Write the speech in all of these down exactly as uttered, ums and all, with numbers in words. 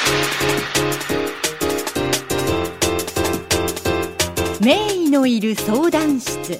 名医のいる相談室。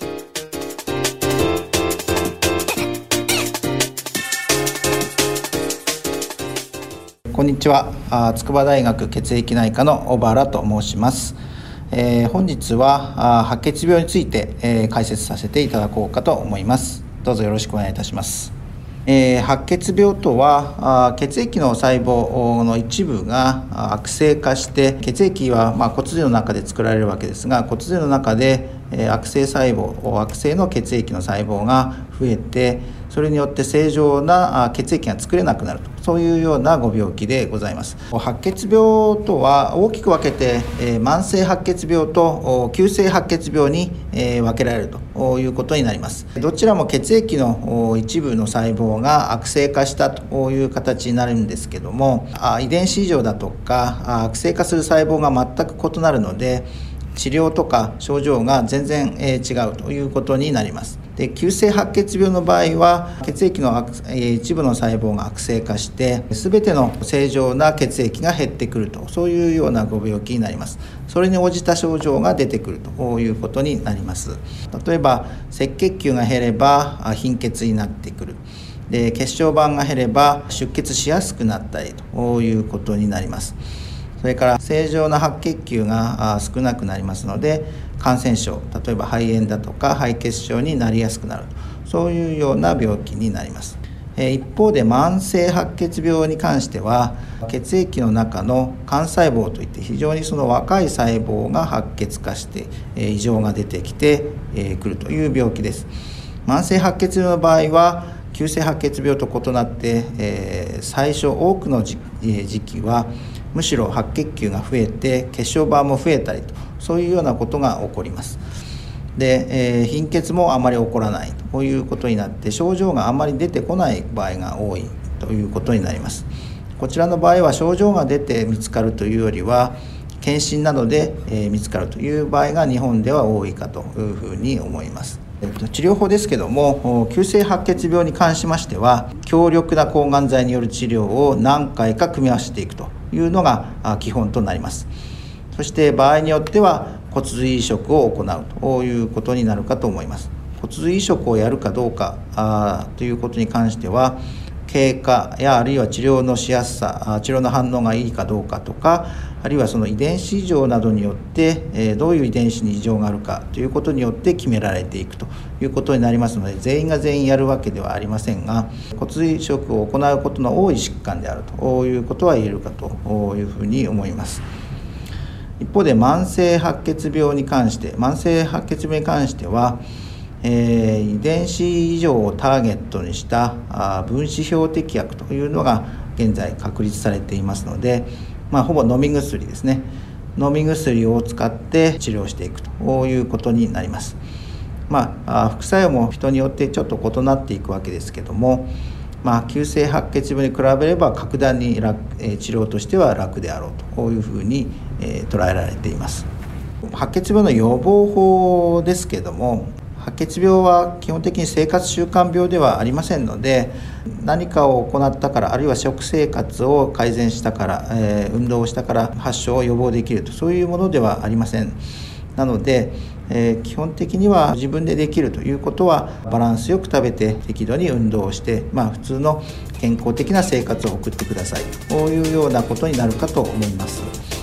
こんにちは。筑波大学血液内科の小原と申します。えー、本日は白血病について、えー、解説させていただこうかと思います。どうぞよろしくお願いいたします。えー、白血病とは血液の細胞の一部が悪性化して、血液はまあ骨髄の中で作られるわけですが、骨髄の中で悪性細胞悪性の血液の細胞が増えて、それによって正常な血液が作れなくなると、そういうようなご病気でございます。白血病とは大きく分けて、えー、慢性白血病と急性白血病に、えー、分けられるということになります。どちらも血液の一部の細胞が悪性化したという形になるんですけども、遺伝子異常だとか悪性化する細胞が全く異なるので、治療とか症状が全然違うということになります。で、急性白血病の場合は血液の一部の細胞が悪性化して全ての正常な血液が減ってくると、そういうようなご病気になります。それに応じた症状が出てくるということになります。例えば赤血球が減れば貧血になってくる。で、血小板が減れば出血しやすくなったりということになります。それから正常な白血球が少なくなりますので、感染症、例えば肺炎だとか肺血症になりやすくなると、そういうような病気になります。一方で慢性白血病に関しては、血液の中の幹細胞といって非常にその若い細胞が白血化して異常が出てきてくるという病気です。慢性白血病の場合は急性白血病と異なって、えー、最初多くの時期はむしろ白血球が増えて血小板も増えたりと、そういうようなことが起こります。で、えー、貧血もあまり起こらないということになって、症状があまり出てこない場合が多いということになります。こちらの場合は症状が出て見つかるというよりは、検診などで、えー、見つかるという場合が日本では多いかというふうに思います。治療法ですけども、急性白血病に関しましては、強力な抗がん剤による治療を何回か組み合わせていくというのが基本となります。そして場合によっては骨髄移植を行うということになるかと思います。骨髄移植をやるかどうかあということに関しては、経過やあるいは治療のしやすさ、治療の反応がいいかどうかとか、あるいはその遺伝子異常などによって、えー、どういう遺伝子に異常があるかということによって決められていくということになりますので、全員が全員やるわけではありませんが、骨髄移植を行うことの多い疾患であるということは言えるかというふうに思います。一方で慢性白血病に関して慢性白血病に関しては、えー、遺伝子異常をターゲットにしたあ分子標的薬というのが現在確立されていますので、まあ、ほぼ飲み薬ですね。飲み薬を使って治療していくということになります。まあ、副作用も人によってちょっと異なっていくわけですけども、まあ、急性白血病に比べれば格段に楽、えー、治療としては楽であろうというふうに、えー、捉えられています。白血病の予防法ですけども、白血病は基本的に生活習慣病ではありませんので、何かを行ったから、あるいは食生活を改善したから、えー、運動をしたから発症を予防できると、そういうものではありません。なので、えー、基本的には自分でできるということは、バランスよく食べて適度に運動をして、まあ、普通の健康的な生活を送ってくださいというようなことになるかと思います。